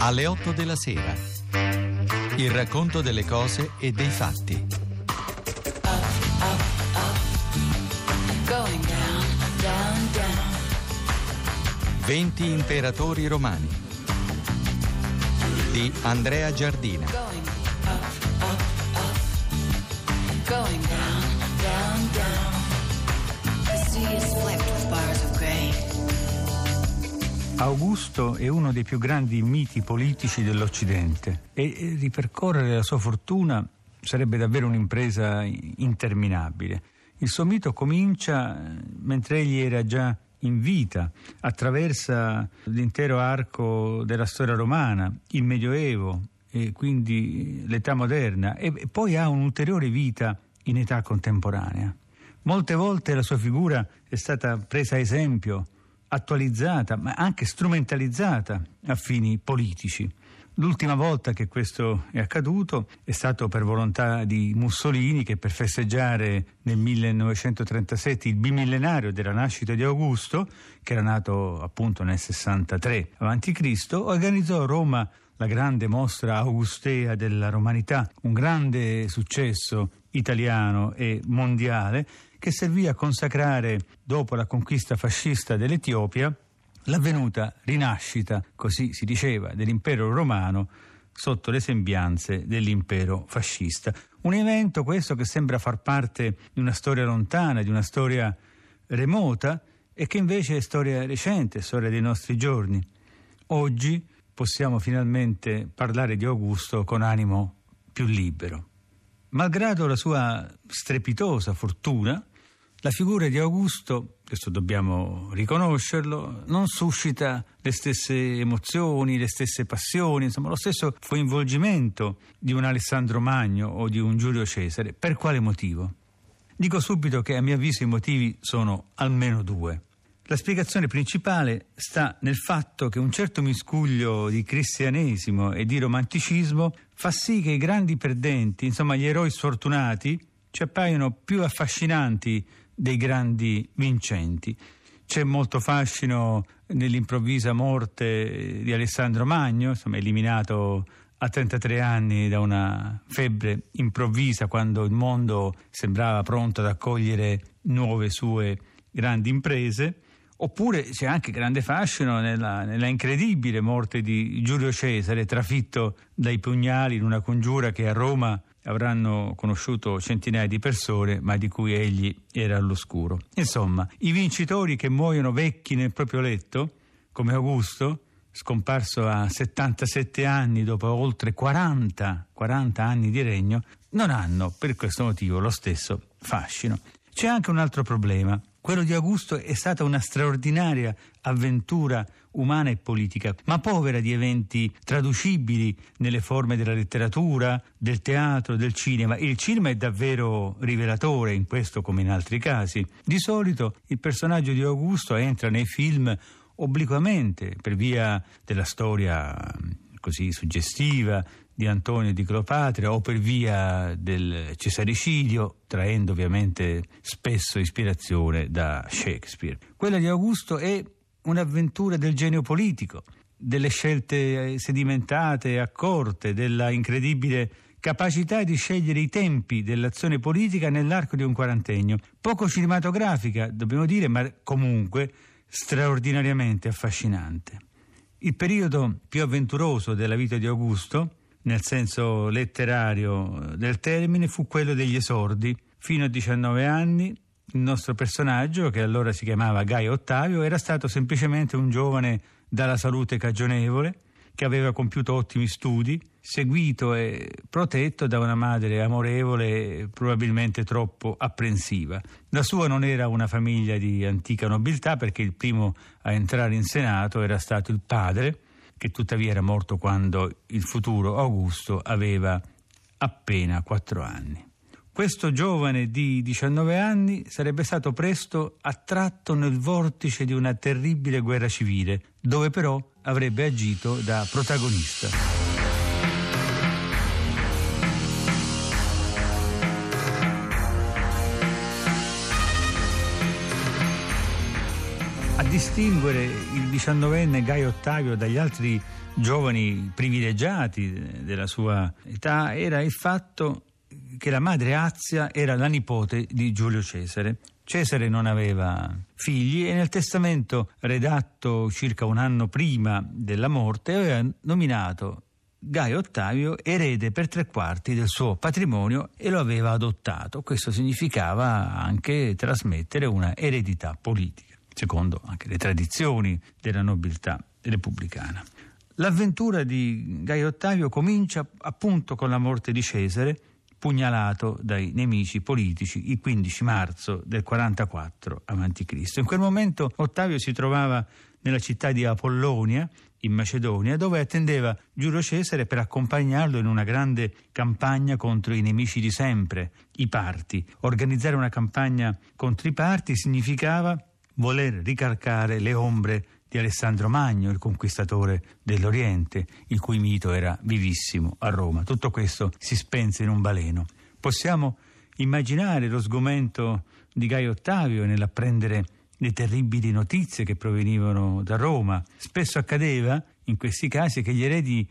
Alle 8 della sera. Il racconto delle cose e dei fatti. Going down, down, down. 20 imperatori romani di Andrea Giardina. Going up, up, up. Going down, down, down. The sea is flecked with bars of gray. Augusto è uno dei più grandi miti politici dell'Occidente e ripercorrere la sua fortuna sarebbe davvero un'impresa interminabile. Il suo mito comincia mentre egli era già in vita, attraversa l'intero arco della storia romana, il Medioevo e quindi l'età moderna, e poi ha un'ulteriore vita in età contemporanea. Molte volte la sua figura è stata presa a esempio, attualizzata, ma anche strumentalizzata a fini politici. L'ultima volta che questo è accaduto è stato per volontà di Mussolini, che per festeggiare nel 1937 il bimillenario della nascita di Augusto, che era nato appunto nel 63 a.C., organizzò a Roma la grande mostra augustea della romanità, un grande successo italiano e mondiale che servì a consacrare, dopo la conquista fascista dell'Etiopia, l'avvenuta rinascita, così si diceva, dell'impero romano sotto le sembianze dell'impero fascista. Un evento questo che sembra far parte di una storia lontana, di una storia remota, e che invece è storia recente, storia dei nostri giorni. Oggi possiamo finalmente parlare di Augusto con animo più libero. Malgrado la sua strepitosa fortuna, la figura di Augusto, questo dobbiamo riconoscerlo, non suscita le stesse emozioni, le stesse passioni, insomma lo stesso coinvolgimento di un Alessandro Magno o di un Giulio Cesare. Per quale motivo? Dico subito che a mio avviso i motivi sono almeno due. La spiegazione principale sta nel fatto che un certo miscuglio di cristianesimo e di romanticismo fa sì che i grandi perdenti, insomma gli eroi sfortunati, ci appaiono più affascinanti dei grandi vincenti. C'è molto fascino nell'improvvisa morte di Alessandro Magno, insomma eliminato a 33 anni da una febbre improvvisa, quando il mondo sembrava pronto ad accogliere nuove sue grandi imprese. Oppure c'è anche grande fascino nella incredibile morte di Giulio Cesare, trafitto dai pugnali in una congiura che a Roma avranno conosciuto centinaia di persone, ma di cui egli era all'oscuro. Insomma, i vincitori che muoiono vecchi nel proprio letto, come Augusto, scomparso a 77 anni dopo oltre 40 anni di regno, non hanno per questo motivo lo stesso fascino. C'è anche un altro problema. Quello di Augusto è stata una straordinaria avventura umana e politica, ma povera di eventi traducibili nelle forme della letteratura, del teatro, del cinema. Il cinema è davvero rivelatore in questo come in altri casi. Di solito il personaggio di Augusto entra nei film obliquamente per via della storia così suggestiva di Antonio e di Cleopatra, o per via del Cesaricidio, traendo ovviamente spesso ispirazione da Shakespeare. Quella di Augusto è un'avventura del genio politico, delle scelte sedimentate e accorte, della incredibile capacità di scegliere i tempi dell'azione politica nell'arco di un quarantennio. Poco cinematografica, dobbiamo dire, ma comunque straordinariamente affascinante. Il periodo più avventuroso della vita di Augusto, nel senso letterario del termine, fu quello degli esordi. Fino a 19 anni il nostro personaggio, che allora si chiamava Gaio Ottavio, era stato semplicemente un giovane dalla salute cagionevole, che aveva compiuto ottimi studi, seguito e protetto da una madre amorevole e probabilmente troppo apprensiva. La sua non era una famiglia di antica nobiltà, perché il primo a entrare in Senato era stato il padre, che tuttavia era morto quando il futuro Augusto aveva appena 4 anni. Questo giovane di 19 anni sarebbe stato presto attratto nel vortice di una terribile guerra civile, dove però avrebbe agito da protagonista. A distinguere il 19enne Gaio Ottavio dagli altri giovani privilegiati della sua età era il fatto che la madre Azia era la nipote di Giulio Cesare. Cesare non aveva figli e nel testamento redatto circa un anno prima della morte aveva nominato Gaio Ottavio erede per 3/4 del suo patrimonio e lo aveva adottato. Questo significava anche trasmettere una eredità politica, secondo anche le tradizioni della nobiltà repubblicana. L'avventura di Gaio Ottavio comincia appunto con la morte di Cesare, pugnalato dai nemici politici il 15 marzo del 44 a.C. In quel momento Ottavio si trovava nella città di Apollonia, in Macedonia, dove attendeva Giulio Cesare per accompagnarlo in una grande campagna contro i nemici di sempre, i Parti. Organizzare una campagna contro i Parti significava voler ricalcare le ombre di Alessandro Magno, il conquistatore dell'Oriente, il cui mito era vivissimo a Roma. Tutto questo si spense in un baleno. Possiamo immaginare lo sgomento di Gaio Ottavio nell'apprendere le terribili notizie che provenivano da Roma. Spesso accadeva in questi casi che gli eredi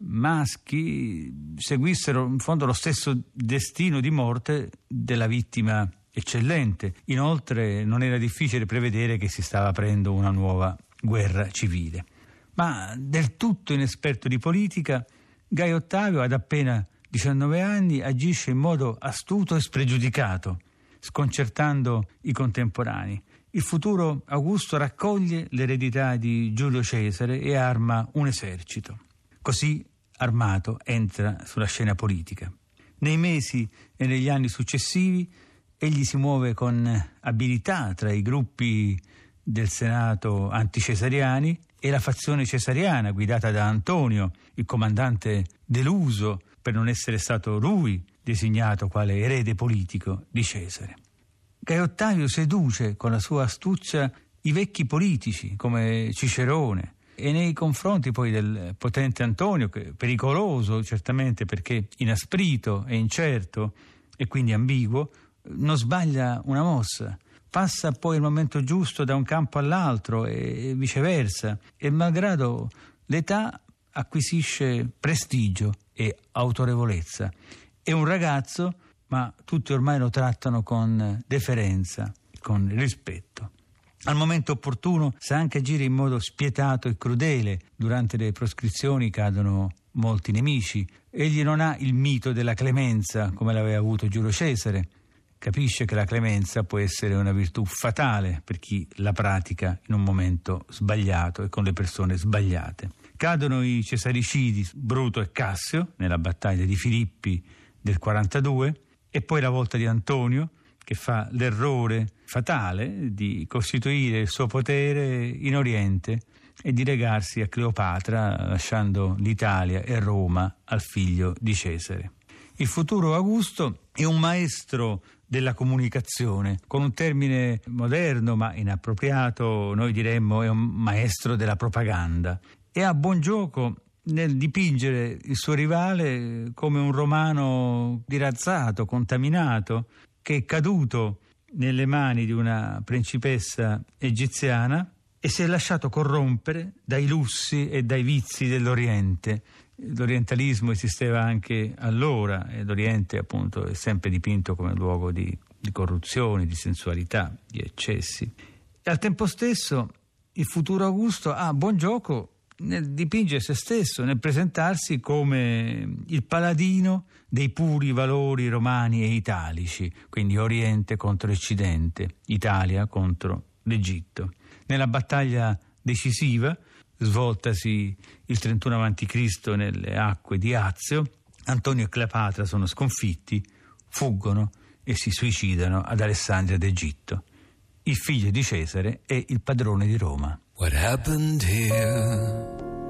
maschi seguissero in fondo lo stesso destino di morte della vittima eccellente. Inoltre non era difficile prevedere che si stava aprendo una nuova guerra civile. Ma del tutto inesperto di politica, Gaio Ottavio, ad appena 19 anni, agisce in modo astuto e spregiudicato, sconcertando i contemporanei. Il futuro Augusto raccoglie l'eredità di Giulio Cesare e arma un esercito. Così, armato, entra sulla scena politica. Nei mesi e negli anni successivi egli si muove con abilità tra i gruppi del Senato anticesariani e la fazione cesariana guidata da Antonio, il comandante deluso per non essere stato lui designato quale erede politico di Cesare. Gaio Ottavio seduce con la sua astuzia i vecchi politici come Cicerone e nei confronti poi del potente Antonio, che è pericoloso certamente perché inasprito e incerto e quindi ambiguo, non sbaglia una mossa. Passa poi il momento giusto da un campo all'altro e viceversa e malgrado l'età acquisisce prestigio e autorevolezza. È un ragazzo, ma tutti ormai lo trattano con deferenza, con rispetto. Al momento opportuno sa anche agire in modo spietato e crudele. Durante le proscrizioni cadono molti nemici. Egli non ha il mito della clemenza come l'aveva avuto Giulio Cesare. Capisce che la clemenza può essere una virtù fatale per chi la pratica in un momento sbagliato e con le persone sbagliate. Cadono i cesaricidi Bruto e Cassio nella battaglia di Filippi del 42 e poi la volta di Antonio, che fa l'errore fatale di costituire il suo potere in Oriente e di legarsi a Cleopatra, lasciando l'Italia e Roma al figlio di Cesare. Il futuro Augusto è un maestro della comunicazione, con un termine moderno ma inappropriato noi diremmo è un maestro della propaganda e ha buon gioco nel dipingere il suo rivale come un romano dirazzato, contaminato, che è caduto nelle mani di una principessa egiziana e si è lasciato corrompere dai lussi e dai vizi dell'Oriente. L'orientalismo esisteva anche allora e l'Oriente appunto è sempre dipinto come luogo di corruzione, di sensualità, di eccessi. E al tempo stesso il futuro Augusto ha buon gioco nel dipingere se stesso, nel presentarsi come il paladino dei puri valori romani e italici, quindi Oriente contro Occidente, Italia contro l'Egitto. Nella battaglia decisiva, svoltasi il 31 a.C. nelle acque di Azio, Antonio e Cleopatra sono sconfitti, fuggono e si suicidano ad Alessandria d'Egitto. Il figlio di Cesare è il padrone di Roma. What happened here?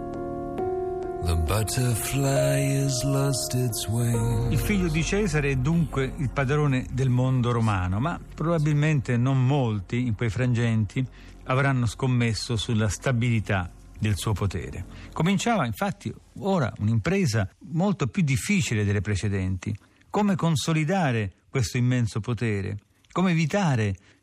The butterfly has lost its wings. Il figlio di Cesare è dunque il padrone del mondo romano, ma probabilmente non molti in quei frangenti avranno scommesso sulla stabilità del suo potere. Cominciava infatti ora un'impresa molto più difficile delle precedenti. Come consolidare questo immenso potere? Come evitare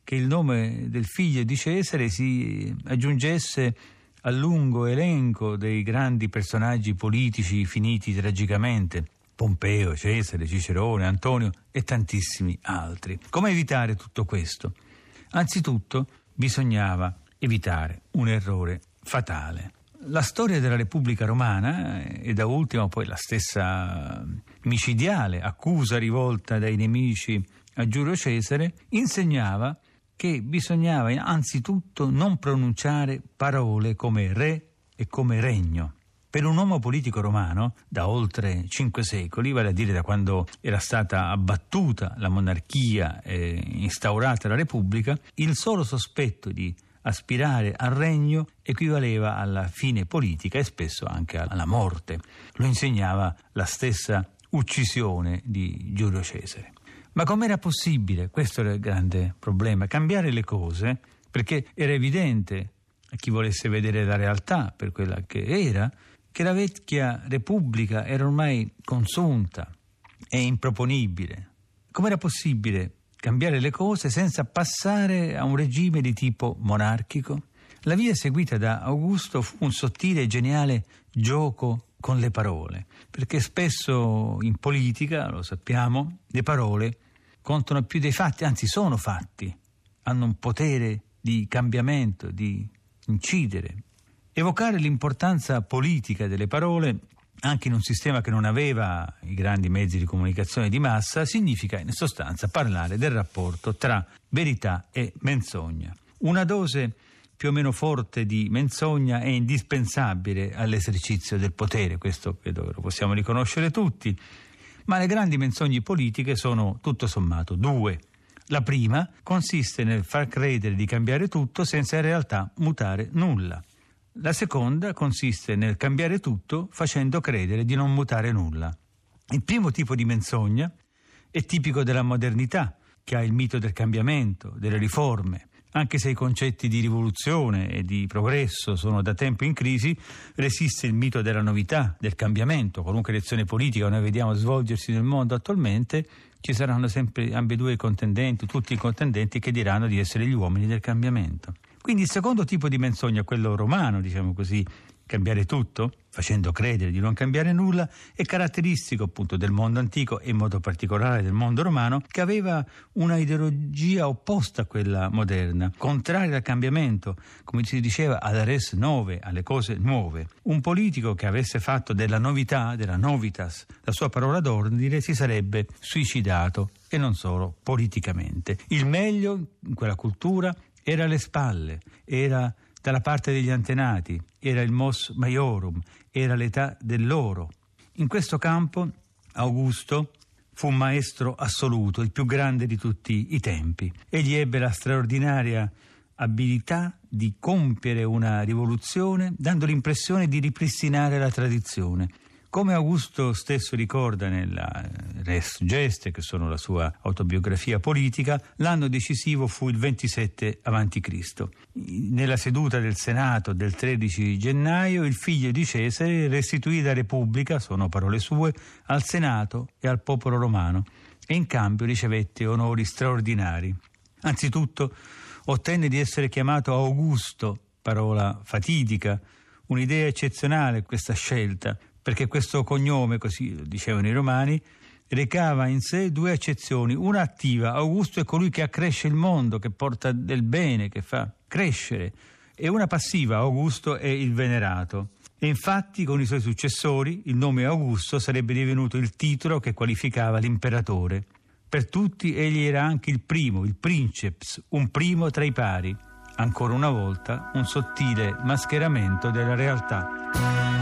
che il nome del figlio di Cesare si aggiungesse al lungo elenco dei grandi personaggi politici finiti tragicamente: Pompeo, Cesare, Cicerone, Antonio e tantissimi altri. Come evitare tutto questo? Anzitutto bisognava evitare un errore fatale. La storia della Repubblica Romana e da ultimo poi la stessa micidiale accusa rivolta dai nemici a Giulio Cesare insegnava che bisognava anzitutto non pronunciare parole come re e come regno. Per un uomo politico romano, da oltre 5 secoli, vale a dire da quando era stata abbattuta la monarchia e instaurata la Repubblica, il solo sospetto di aspirare al regno equivaleva alla fine politica e spesso anche alla morte. Lo insegnava la stessa uccisione di Giulio Cesare. Ma com'era possibile, questo era il grande problema, cambiare le cose, perché era evidente a chi volesse vedere la realtà per quella che era, che la vecchia Repubblica era ormai consunta e improponibile. Com'era possibile cambiare le cose senza passare a un regime di tipo monarchico? La via seguita da Augusto fu un sottile e geniale gioco con le parole, perché spesso in politica, lo sappiamo, le parole contano più dei fatti, anzi sono fatti, hanno un potere di cambiamento, di incidere. Evocare l'importanza politica delle parole, anche in un sistema che non aveva i grandi mezzi di comunicazione di massa, significa in sostanza parlare del rapporto tra verità e menzogna. Una dose più o meno forte di menzogna è indispensabile all'esercizio del potere, questo credo lo possiamo riconoscere tutti, ma le grandi menzogne politiche sono tutto sommato 2. La prima consiste nel far credere di cambiare tutto senza in realtà mutare nulla. La seconda consiste nel cambiare tutto facendo credere di non mutare nulla. Il primo tipo di menzogna è tipico della modernità, che ha il mito del cambiamento, delle riforme. Anche se i concetti di rivoluzione e di progresso sono da tempo in crisi, resiste il mito della novità, del cambiamento. Qualunque elezione politica noi vediamo svolgersi nel mondo attualmente, ci saranno sempre ambedue i contendenti, tutti i contendenti che diranno di essere gli uomini del cambiamento. Quindi il secondo tipo di menzogna, quello romano, diciamo così, cambiare tutto, facendo credere di non cambiare nulla, è caratteristico appunto del mondo antico e in modo particolare del mondo romano, che aveva una ideologia opposta a quella moderna, contraria al cambiamento, come si diceva ad res nove, alle cose nuove. Un politico che avesse fatto della novità, della novitas, la sua parola d'ordine, si sarebbe suicidato, e non solo politicamente. Il meglio in quella cultura era alle spalle, era dalla parte degli antenati, era il mos maiorum, era l'età dell'oro. In questo campo Augusto fu un maestro assoluto, il più grande di tutti i tempi. Egli ebbe la straordinaria abilità di compiere una rivoluzione dando l'impressione di ripristinare la tradizione. Come Augusto stesso ricorda nella Res Geste, che sono la sua autobiografia politica, l'anno decisivo fu il 27 a.C. Nella seduta del Senato del 13 gennaio il figlio di Cesare restituì la Repubblica, sono parole sue, al Senato e al popolo romano e in cambio ricevette onori straordinari. Anzitutto ottenne di essere chiamato Augusto, parola fatidica, un'idea eccezionale questa scelta, perché questo cognome, così lo dicevano i romani, recava in sé 2 accezioni. Una attiva: Augusto è colui che accresce il mondo, che porta del bene, che fa crescere, e una passiva: Augusto è il venerato. E infatti con i suoi successori il nome Augusto sarebbe divenuto il titolo che qualificava l'imperatore. Per tutti egli era anche il primo, il princeps, un primo tra i pari. Ancora una volta un sottile mascheramento della realtà.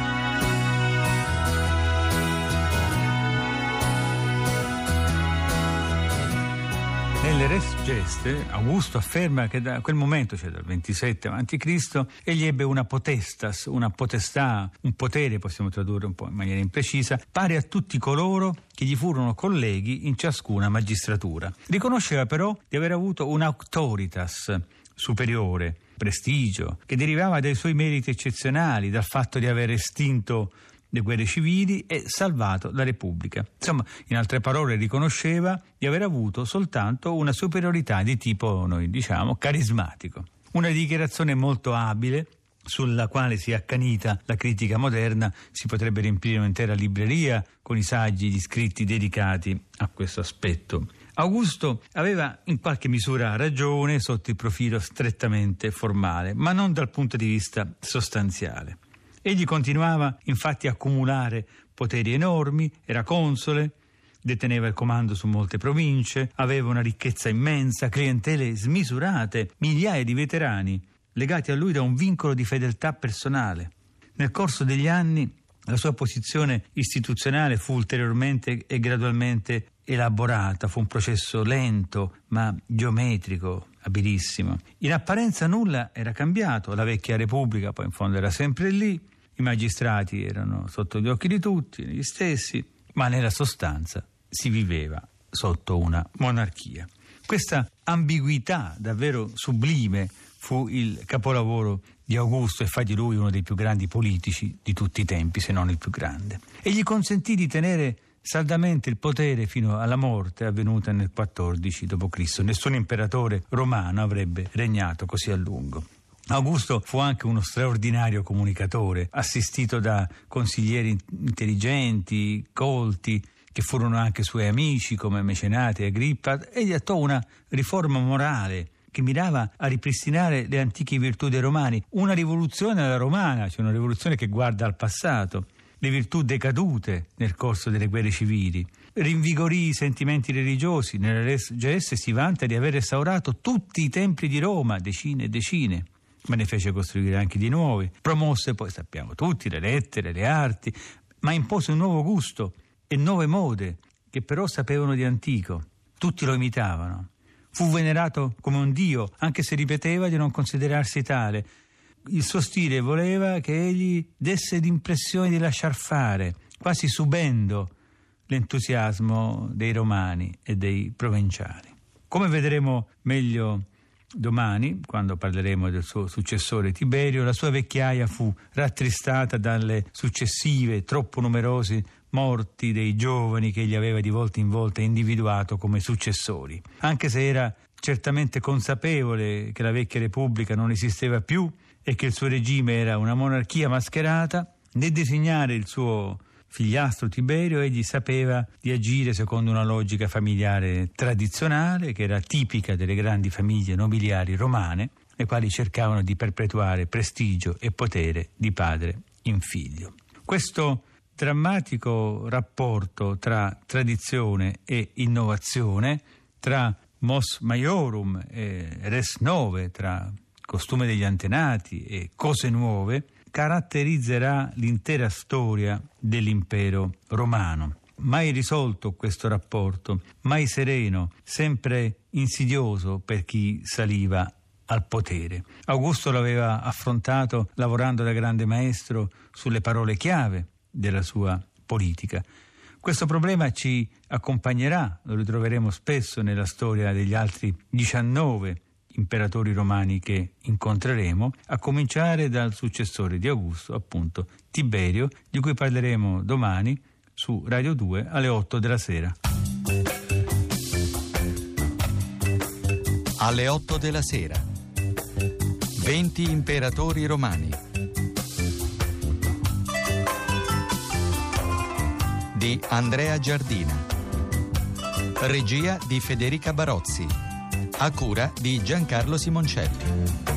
Nelle Res Geste, Augusto afferma che da quel momento, cioè dal 27 a.C., egli ebbe una potestas, una potestà, un potere, possiamo tradurre un po' in maniera imprecisa, pari a tutti coloro che gli furono colleghi in ciascuna magistratura. Riconosceva però di aver avuto un'auctoritas superiore, prestigio, che derivava dai suoi meriti eccezionali, dal fatto di aver estinto le guerre civili e salvato la Repubblica. Insomma, in altre parole, riconosceva di aver avuto soltanto una superiorità di tipo, noi diciamo, carismatico. Una dichiarazione molto abile, sulla quale si è accanita la critica moderna. Si potrebbe riempire un'intera libreria con i saggi e gli scritti dedicati a questo aspetto. Augusto aveva in qualche misura ragione sotto il profilo strettamente formale, ma non dal punto di vista sostanziale. Egli continuava infatti a accumulare poteri enormi, era console, deteneva il comando su molte province, aveva una ricchezza immensa, clientele smisurate, migliaia di veterani legati a lui da un vincolo di fedeltà personale. Nel corso degli anni la sua posizione istituzionale fu ulteriormente e gradualmente elaborata, fu un processo lento ma geometrico, abilissimo. In apparenza nulla era cambiato, la vecchia Repubblica poi in fondo era sempre lì, i magistrati erano sotto gli occhi di tutti, gli stessi, ma nella sostanza si viveva sotto una monarchia. Questa ambiguità davvero sublime fu il capolavoro di Augusto e fa di lui uno dei più grandi politici di tutti i tempi, se non il più grande. E gli consentì di tenere saldamente il potere fino alla morte avvenuta nel 14 d.C. Nessun imperatore romano avrebbe regnato così a lungo. Augusto fu anche uno straordinario comunicatore, assistito da consiglieri intelligenti, colti, che furono anche suoi amici come Mecenate e Agrippa, e gli attuò una riforma morale che mirava a ripristinare le antiche virtù dei romani, una rivoluzione alla romana, cioè una rivoluzione che guarda al passato, le virtù decadute nel corso delle guerre civili, rinvigorì i sentimenti religiosi, nella Gesse si vanta di aver restaurato tutti i templi di Roma, decine e decine, ma ne fece costruire anche di nuovi, promosse poi, sappiamo tutti, le lettere, le arti, ma impose un nuovo gusto e nuove mode che però sapevano di antico, tutti lo imitavano. Fu venerato come un dio, anche se ripeteva di non considerarsi tale. Il suo stile voleva che egli desse l'impressione di lasciar fare, quasi subendo l'entusiasmo dei romani e dei provinciali. Come vedremo meglio domani, quando parleremo del suo successore Tiberio, la sua vecchiaia fu rattristata dalle successive, troppo numerosi morti dei giovani che egli aveva di volta in volta individuato come successori. Anche se era certamente consapevole che la vecchia Repubblica non esisteva più e che il suo regime era una monarchia mascherata, nel designare il suo figliastro Tiberio egli sapeva di agire secondo una logica familiare tradizionale che era tipica delle grandi famiglie nobiliari romane, le quali cercavano di perpetuare prestigio e potere di padre in figlio. Questo drammatico rapporto tra tradizione e innovazione, tra mos maiorum e res nove, tra costume degli antenati e cose nuove, caratterizzerà l'intera storia dell'impero romano. Mai risolto questo rapporto, mai sereno, sempre insidioso per chi saliva al potere. Augusto l'aveva affrontato lavorando da grande maestro sulle parole chiave della sua politica. Questo problema ci accompagnerà, lo ritroveremo spesso nella storia degli altri 19 imperatori romani che incontreremo, a cominciare dal successore di Augusto, appunto Tiberio, di cui parleremo domani su Radio 2 alle 8 della sera. Alle 8 della sera. 20 imperatori romani di Andrea Giardina. Regia di Federica Barozzi. A cura di Giancarlo Simoncelli.